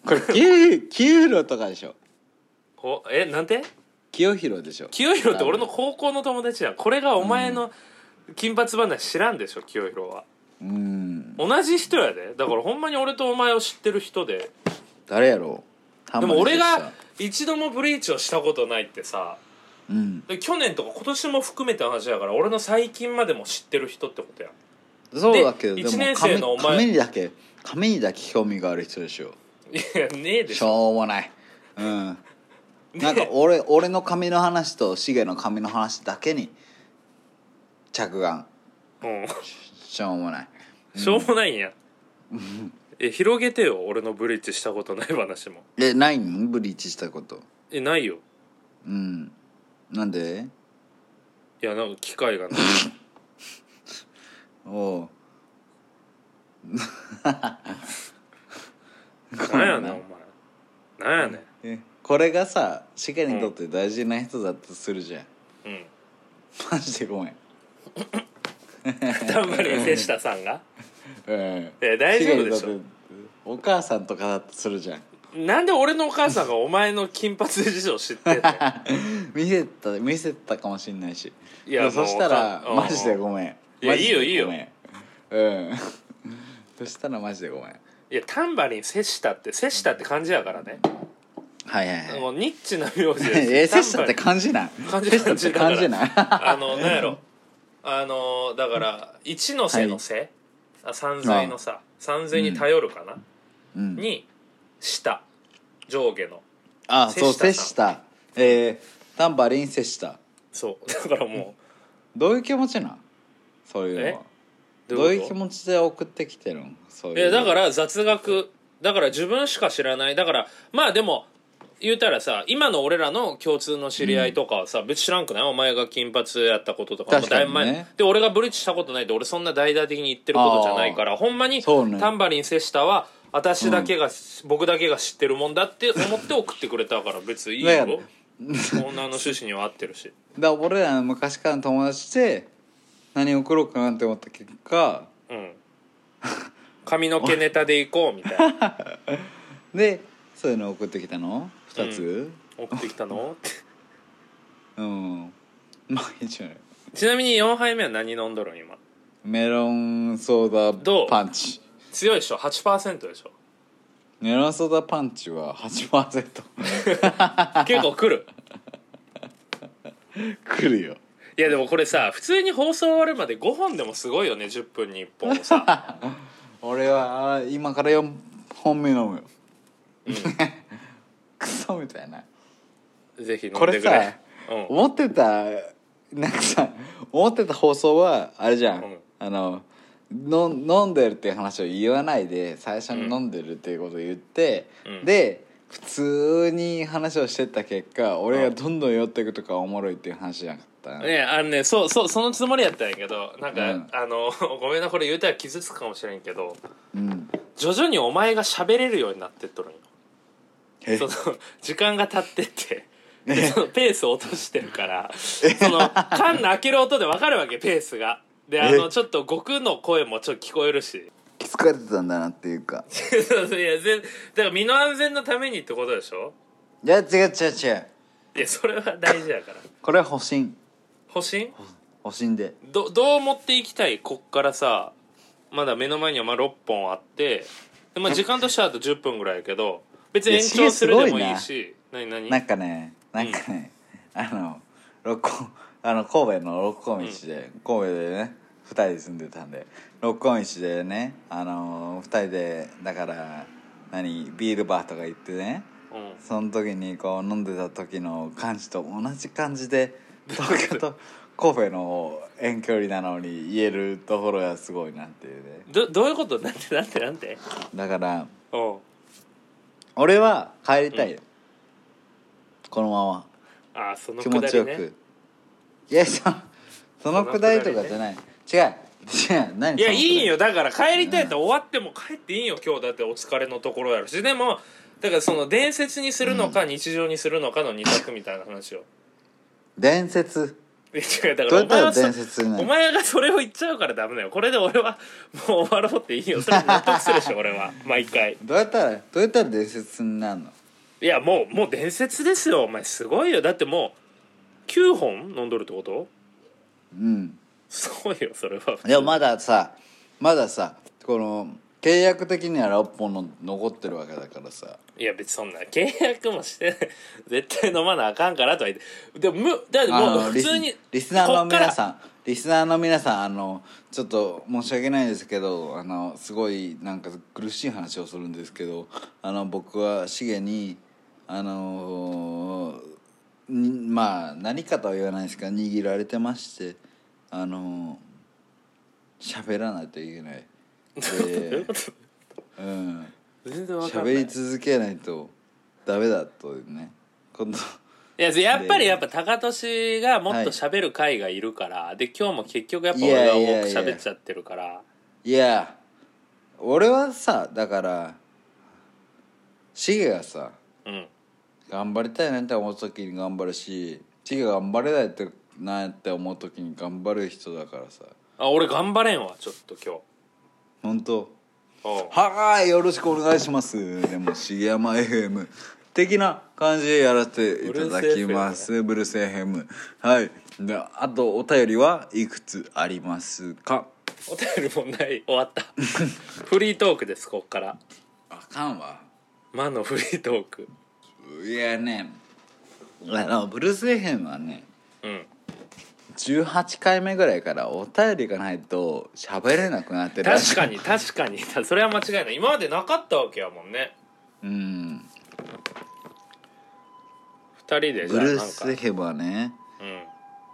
これ清弘とかでしょ。 こえなんて清弘でしょ。 清弘って俺の高校の友達やん。これがお前の金髪話知らんでしょ清弘は。 うん同じ人やで。だからほんまに俺とお前を知ってる人で。 誰やろう。 でも俺が一度もブリーチをしたことないってさ、 うん、 で去年とか今年も含めて話だから俺の最近までも知ってる人ってことや。 そうだけどいちねん生のお前髪にだけ髪にだけ興味がある人でしょ。 いやねえでしょ。 しょうもない。うんなんか俺俺の髪の話とシゲの髪の話だけに着眼うんしょうもない、 しょうもないんやえ広げてよ俺のブリーチしたことない話も。 えないんブリーチしたこと。 えないよ。 うんなんで。 いやなんか機会がないおうなんやねんお前なんやねん。 えこれがさシゲにとって大事な人だとするじゃん、 うん、 マジでごめんタンバリン瀬下さんがうんえ大丈夫でしょ。 シゲにとってお母さんとかだとするじゃん。 なんで俺のお母さんがお前の金髪事情知ってんの見せた見せたかもしんないし。 いやそしたらもうマジでごめん。 いやマジでいいよごめんうんそしたらマジでごめん。 いやタンバリン瀬下って瀬下って漢字やからね。 はいはいはい。 もうニッチな名字えです。 セッシャって漢字なん。 漢字セッシャって漢字なん。 あのなんやろあのだから一の瀬の瀬、はい、三髄のさ三髄に頼るかな、 うん、 に下上下のあそうセッシャえー、タンバリンセッシャ。 そうだからもうどういう気持ちなんそういうのは。どういう気持ちで送ってきてるんそういう。 いやだから雑学だから自分しか知らないだからまあでも言うたらさ今の俺らの共通の知り合いとかはさ、うん、別に知らんくない？お前が金髪やったこととかもだいぶ前、ね、で俺がブリーチしたことないって俺そんな大々的に言ってることじゃないからほんまに、ね、タンバリン瀬下は私だけが、うん、僕だけが知ってるもんだって思って送ってくれたから別にいいよ女の趣旨には合ってるしだから俺らの昔からの友達で何送ろうかなって思った結果、 うん、髪の毛ネタでいこうみたいなでそういうの送ってきたのふたつ、 うん、送ってきたのうんまあいいじゃない。 ちなみによんはいめは何飲んどるん今。 メロンソーダパンチ強いでしょ はちパーセント でしょ。 メロンソーダパンチは はちパーセント結構来る来るよ。 いやでもこれさ普通に放送終わるまでごほんでもすごいよね。じゅっぷんにいっぽんをさ俺は今からよんほんめ飲むよ、うん、クソみたいな。 ぜひ飲んでくれ。 これさ、 うん、 思ってたなんかさ思ってた放送はあれじゃん、うん、あのの飲んでるっていう話を言わないで最初に飲んでるっていうことを言って、うん、で普通に話をしてった結果俺がどんどん酔っていくとかおもろいっていう話じゃなかったね。あのねそうそうそのつもりやったんやけどなんか、うん、あのごめんなこれ言うたら傷つくかもしれんけど、うん、徐々にお前が喋れるようになってっとるんよ。その時間が経ってってそのペースを落としてるからその缶の開ける音で分かるわけペースが。であのちょっと悟空の声もちょっと聞こえるし気づかれてたんだなっていうかいや全だから身の安全のためにってことでしょ。 いや違う違う違う。 いやそれは大事やからこれは保身保身保身でど, どう持っていきたい。こっからさまだ目の前にはまあろっぽんあってで、まあ、時間としてはあとじゅっぷんぐらいやけど別に延長するでもいいし何何なんかねなんかね、うん、あの六本あの神戸の六本道で、うん、神戸でねふたりで住んでたんで六本道でねあのふたりでだから何ビールバーとか行ってね、うん、その時にこう飲んでた時の感じと同じ感じで東京と神戸の遠距離なのに言えるところがすごいなっていうね。 ど, どういうことなんてなんてなんてだからお俺は帰りたいよ、うん、このままあそのくだり、ね、気持ちよくいや そ, そのくだりとかじゃない、ね、違う違う何いやいいよだから帰りたいって終わっても帰っていいよ今日だってお疲れのところやるしでもだからその伝説にするのか日常にするのかの二択みたいな話を伝説違うだからお前は伝説お前がそれを言っちゃうからダメだよ。これで俺はもう終わろうっていいよ。それ納得するでしょ俺は毎回。 どうやったらどうやったら伝説になるの。 いやもうもう伝説ですよお前すごいよ。だってもうきゅうほん飲んどるってこと。 うんすごいよそれは。 でもまださまださこの契約的にはろっぽんの残ってるわけだからさ。 いや別にそんな契約もしてない絶対飲まなあかんからとは言ってでもむだってもう普通にリスナーの皆さんリスナーの皆さんあのちょっと申し訳ないですけどあのすごいなんか苦しい話をするんですけどあの僕はシゲにああのー、んまあ何かとは言わないですが握られてまして、あのー、喋らないといけないでうん全然わかんない喋り続けないとダメだというね今度いややっぱりやっぱ高俊がもっと喋る回がいるから、はい、で今日も結局やっぱ俺が多く喋っちゃってるからいや俺はさだからシゲがさ、うん、頑張りたいなって思う時に頑張るしシゲが頑張れないってなって思う時に頑張る人だからさあ俺頑張れんわちょっと今日本当はーいよろしくお願いしますでも重山 エフエム 的な感じでやらせていただきますブルース エフエム はいであとお便りはいくつありますかお便りもない終わったフリートークですこっからあかんわ魔のフリートークいやねあのブルース エフエム はねうんじゅうはちかいめぐらいからお便りがないと喋れなくなってる確かに確かにそれは間違いない今までなかったわけやもんねうんふたりでじゃあブルース エフエム はねうん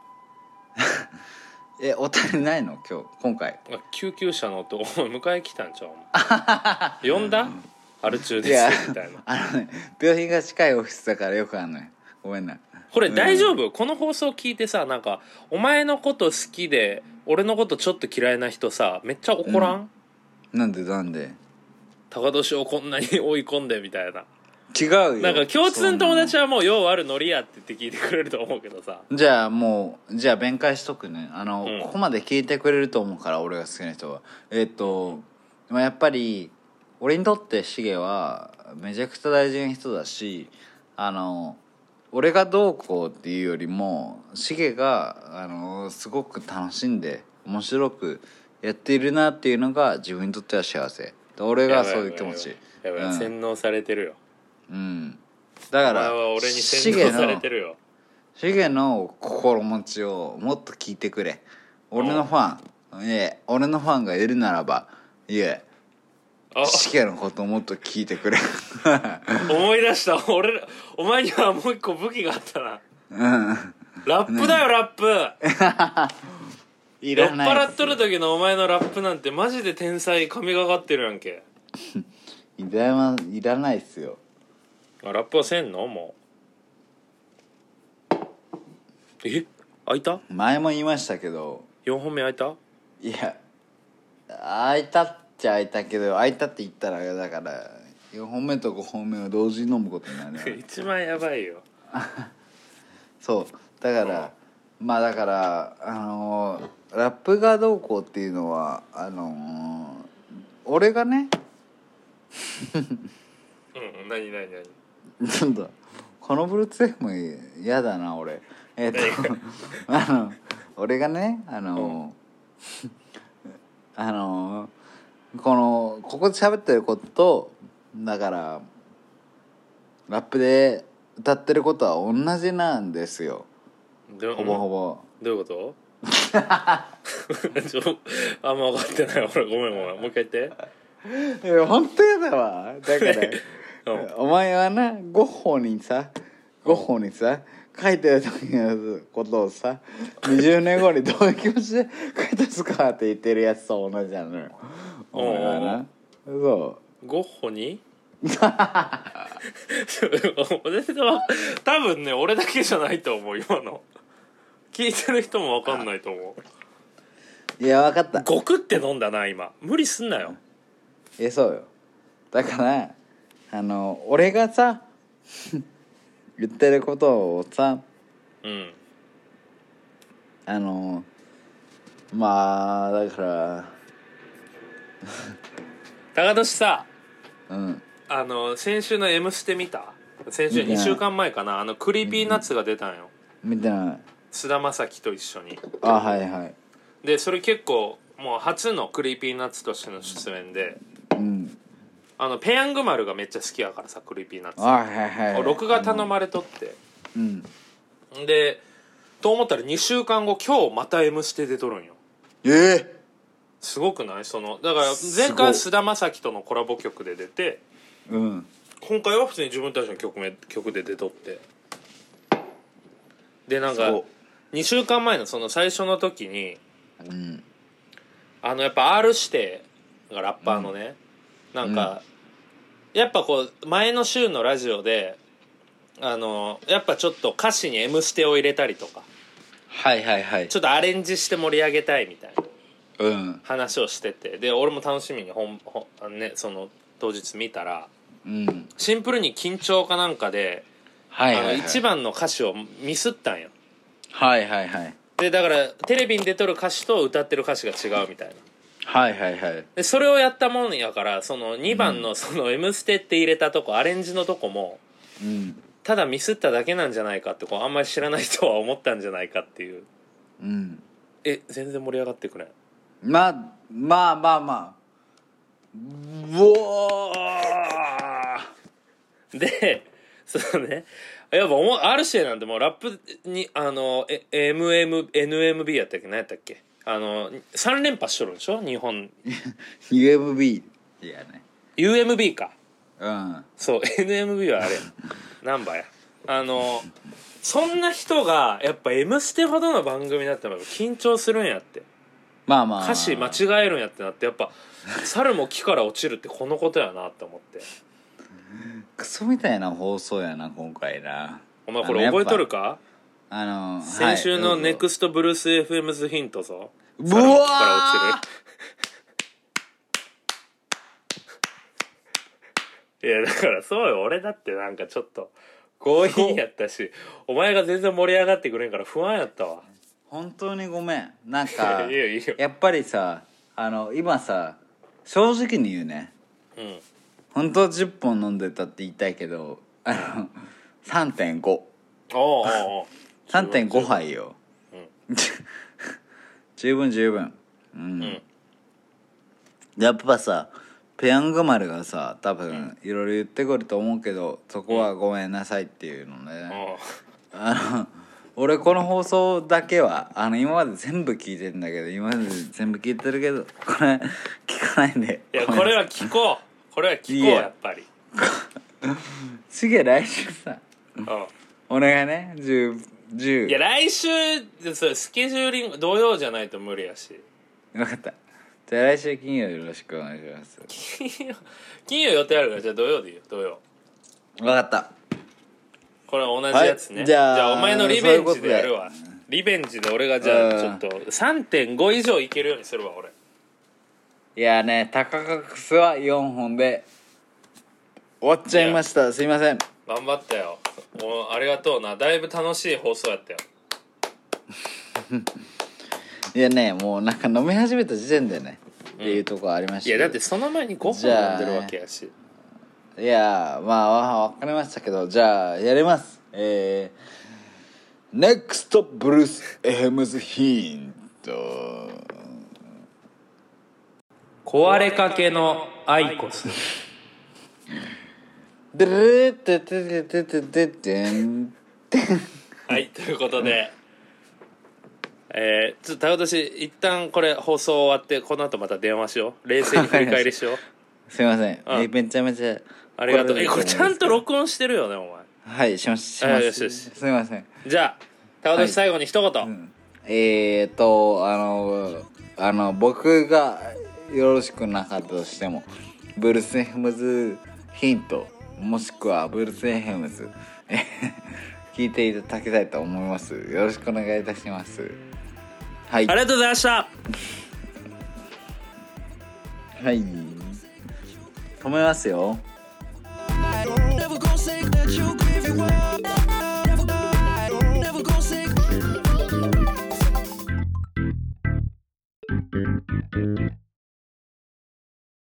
えお便りないの今日今回救急車の音迎え来たんちゃう呼んだアル中ですみたいなあのね病院が近いオフィスだからよくあんのよごめんなこれ大丈夫、うん、この放送聞いてさなんかお前のこと好きで俺のことちょっと嫌いな人さめっちゃ怒らん、 うん、なんでなんで高年をこんなに追い込んでみたいな違うよなんか共通の友達はもうようあるノリやって言って聞いてくれると思うけどさじゃあもうじゃあ弁解しとくねあの、うん、ここまで聞いてくれると思うから俺が好きな人はえっ、ー、とやっぱり俺にとってシゲはめちゃくちゃ大事な人だしあの俺がどうこうっていうよりもシゲがあのすごく楽しんで面白くやっているなっていうのが自分にとっては幸せ俺がそういう気持ちやばいやばい、うん、洗脳されてるようんだからお前は俺に洗脳されてるよシゲの心持ちをもっと聞いてくれ俺のファンいえ俺のファンがいるならばいえシゲのことをもっと聞いてくれ思い出した俺お前にはもう一個武器があったなうんラップだよ、ね、ラップいらない酔っ払っとる時のお前のラップなんてマジで天才神がかってるやんけいらな、いらないっすよあラップはせんのもうえ開いた前も言いましたけどよんほんめ開いたいや開いたっちゃ開いたけど開いたって言ったらだからよんほんめとごほんめを同時に飲むことになる一番やばいよそうだからまあだからあのー、ラップがどうこうっていうのはあのー、俺がねうん何何何ちょっとこのブルーツ エフ も嫌だな俺えっ、ー、とあの俺がねあのーうん、あのーこのここで喋ってることとだからラップで歌ってることは同じなんですよほぼほぼどういうことあんま分かってない俺ごめんごめんもう一回言っていや本当やだわだから、うん、お前はなゴッホにさゴッホにさ書いてる時のことをさにじゅうねんごにどういう気持ちで書いたすかって言ってるやつと同じなのよお前はなそうゴッホに多分ね俺だけじゃないと思う今の聞いてる人も分かんないと思ういや分かったゴクって飲んだな今無理すんなよえそうよだからあの俺がさ言ってることをさうんあのまあだから高年さ、うん、あの先週の「M ステ」見た先週にしゅうかんまえかなあのクリーピーナッツが出たんよ見てない菅田将暉と一緒にあはいはいでそれ結構もう初のクリーピーナッツとしての出演で、うん、あのペヤング丸がめっちゃ好きやからさクリーピーナッツあはいはい、はい、録画頼まれとってうんでと思ったらにしゅうかんご今日また「M ステ」出とるんよええー、すごくないそのだから前回菅田将暉とのコラボ曲で出て、うん、 今回は普通に自分たちの曲名曲で出とってでなんかにしゅうかんまえのその最初の時に、 うん、 あのやっぱ R 指定がラッパーのね、うん、なんか、うん、やっぱこう前の週のラジオであのやっぱちょっと歌詞に M ステを入れたりとか、 はいはいはい、 ちょっとアレンジして盛り上げたいみたいな、 うん、 話をしてて、で俺も楽しみに本本、ね、その当日見たら、 うん、 シンプルに緊張かなんかで、 はいはいはい、 あのいちばんの歌詞をミスったんよ。 はいはいはい。 でだからテレビに出とる歌詞と歌ってる歌詞が違うみたいな。 はいはいはい。 でそれをやったもんやからそのにばんのその M ステって入れたとこ、アレンジのとこも、 うん、 ただミスっただけなんじゃないかってこうあんまり知らない人は思ったんじゃないかっていう、 うん、 え全然盛り上がってくれん。 まあまあまあまあうおーでそうね、やっぱ R 指定なんてもうラップにあの エムエムエヌエムビー やったっけ何やったっけ、あのさん連覇しとるんでしょ日本ユーエムビー いやねユーエムビー か、 うん、 そう エヌエムビー はあれナンバーや、あのそんな人がやっぱ M ステほどの番組だったら緊張するんやって、 まあまあ歌詞間違えるんやってなって、やっぱ猿も木から落ちるってこのことやなって思って、 クソみたいな放送やな今回な。 お前これ覚えとるか、 あの先週のネクストブルース エフエムズ ヒントぞ、 うわー猿も木から落ちるいやだからそうよ、俺だってなんかちょっと強引やったしお前が全然盛り上がってくれんから不安やったわ。 本当にごめん。なんかいいよいいよ、 やっぱりさ、あの今さ正直に言うね、 うん、 本当はじゅっぽん飲んでたって言いたいけど、あの さんてんごおうおうおうさんてんご 杯よ、うん、十分十分、うん、うん、やっぱさペヤング丸がさ多分いろいろ言ってくると思うけど、そこはごめんなさいっていうのね、うん、あの俺この放送だけはあの今まで全部聞いてるんだけど、今まで全部聞いてるけどこれ聞かないんで、 いやこれは聞こうこれは聞こう、やっぱり次は来週さ、 うん、 お願いね、じゅう、じゅう。 いや来週そスケジューリング土曜じゃないと無理やし。 分かった、じゃあ来週金曜よろしくお願いします。 金曜金曜予定あるから、じゃあ土曜でいいよ、土曜。 分かった、 これは同じやつね、はい、 じゃあじゃあお前のリベンジでやるわ。リベンジで俺がじゃあちょっと さんてんご 以上いけるようにするわ俺。 いやね、高確スはよんほんで終わっちゃいました。すいません、 頑張ったよ、おありがとうな、だいぶ楽しい放送やったよいやね、もうなんか飲み始めた時点でね、うん、っていうところありましたけど、 いやだってその前にごほん飲んでるわけやし、 いやまあ分かりましたけど、じゃあやります。えー、ネクストブルース エフエムズ ヒント、 壊れかけのアイコスでるってててててててんはい、ということでえー、ちょっと高年一旦これ放送終わってこの後また電話しよう、冷静に振り返りしようすいません、 うん、 えめちゃめちゃありがとう。えこれちゃんと録音してるよねお前。 はいしましします。よしよし、すいません。 じゃあ高年最後に一言、はい、うん、 えーとあのあの僕がよろしくなかったとしてもブルースエフエムズヒントもしくはブルースエフエムズ聞いていただきたいと思います。よろしくお願いいたします。はい、 ありがとうございました。 はい、止めますよ。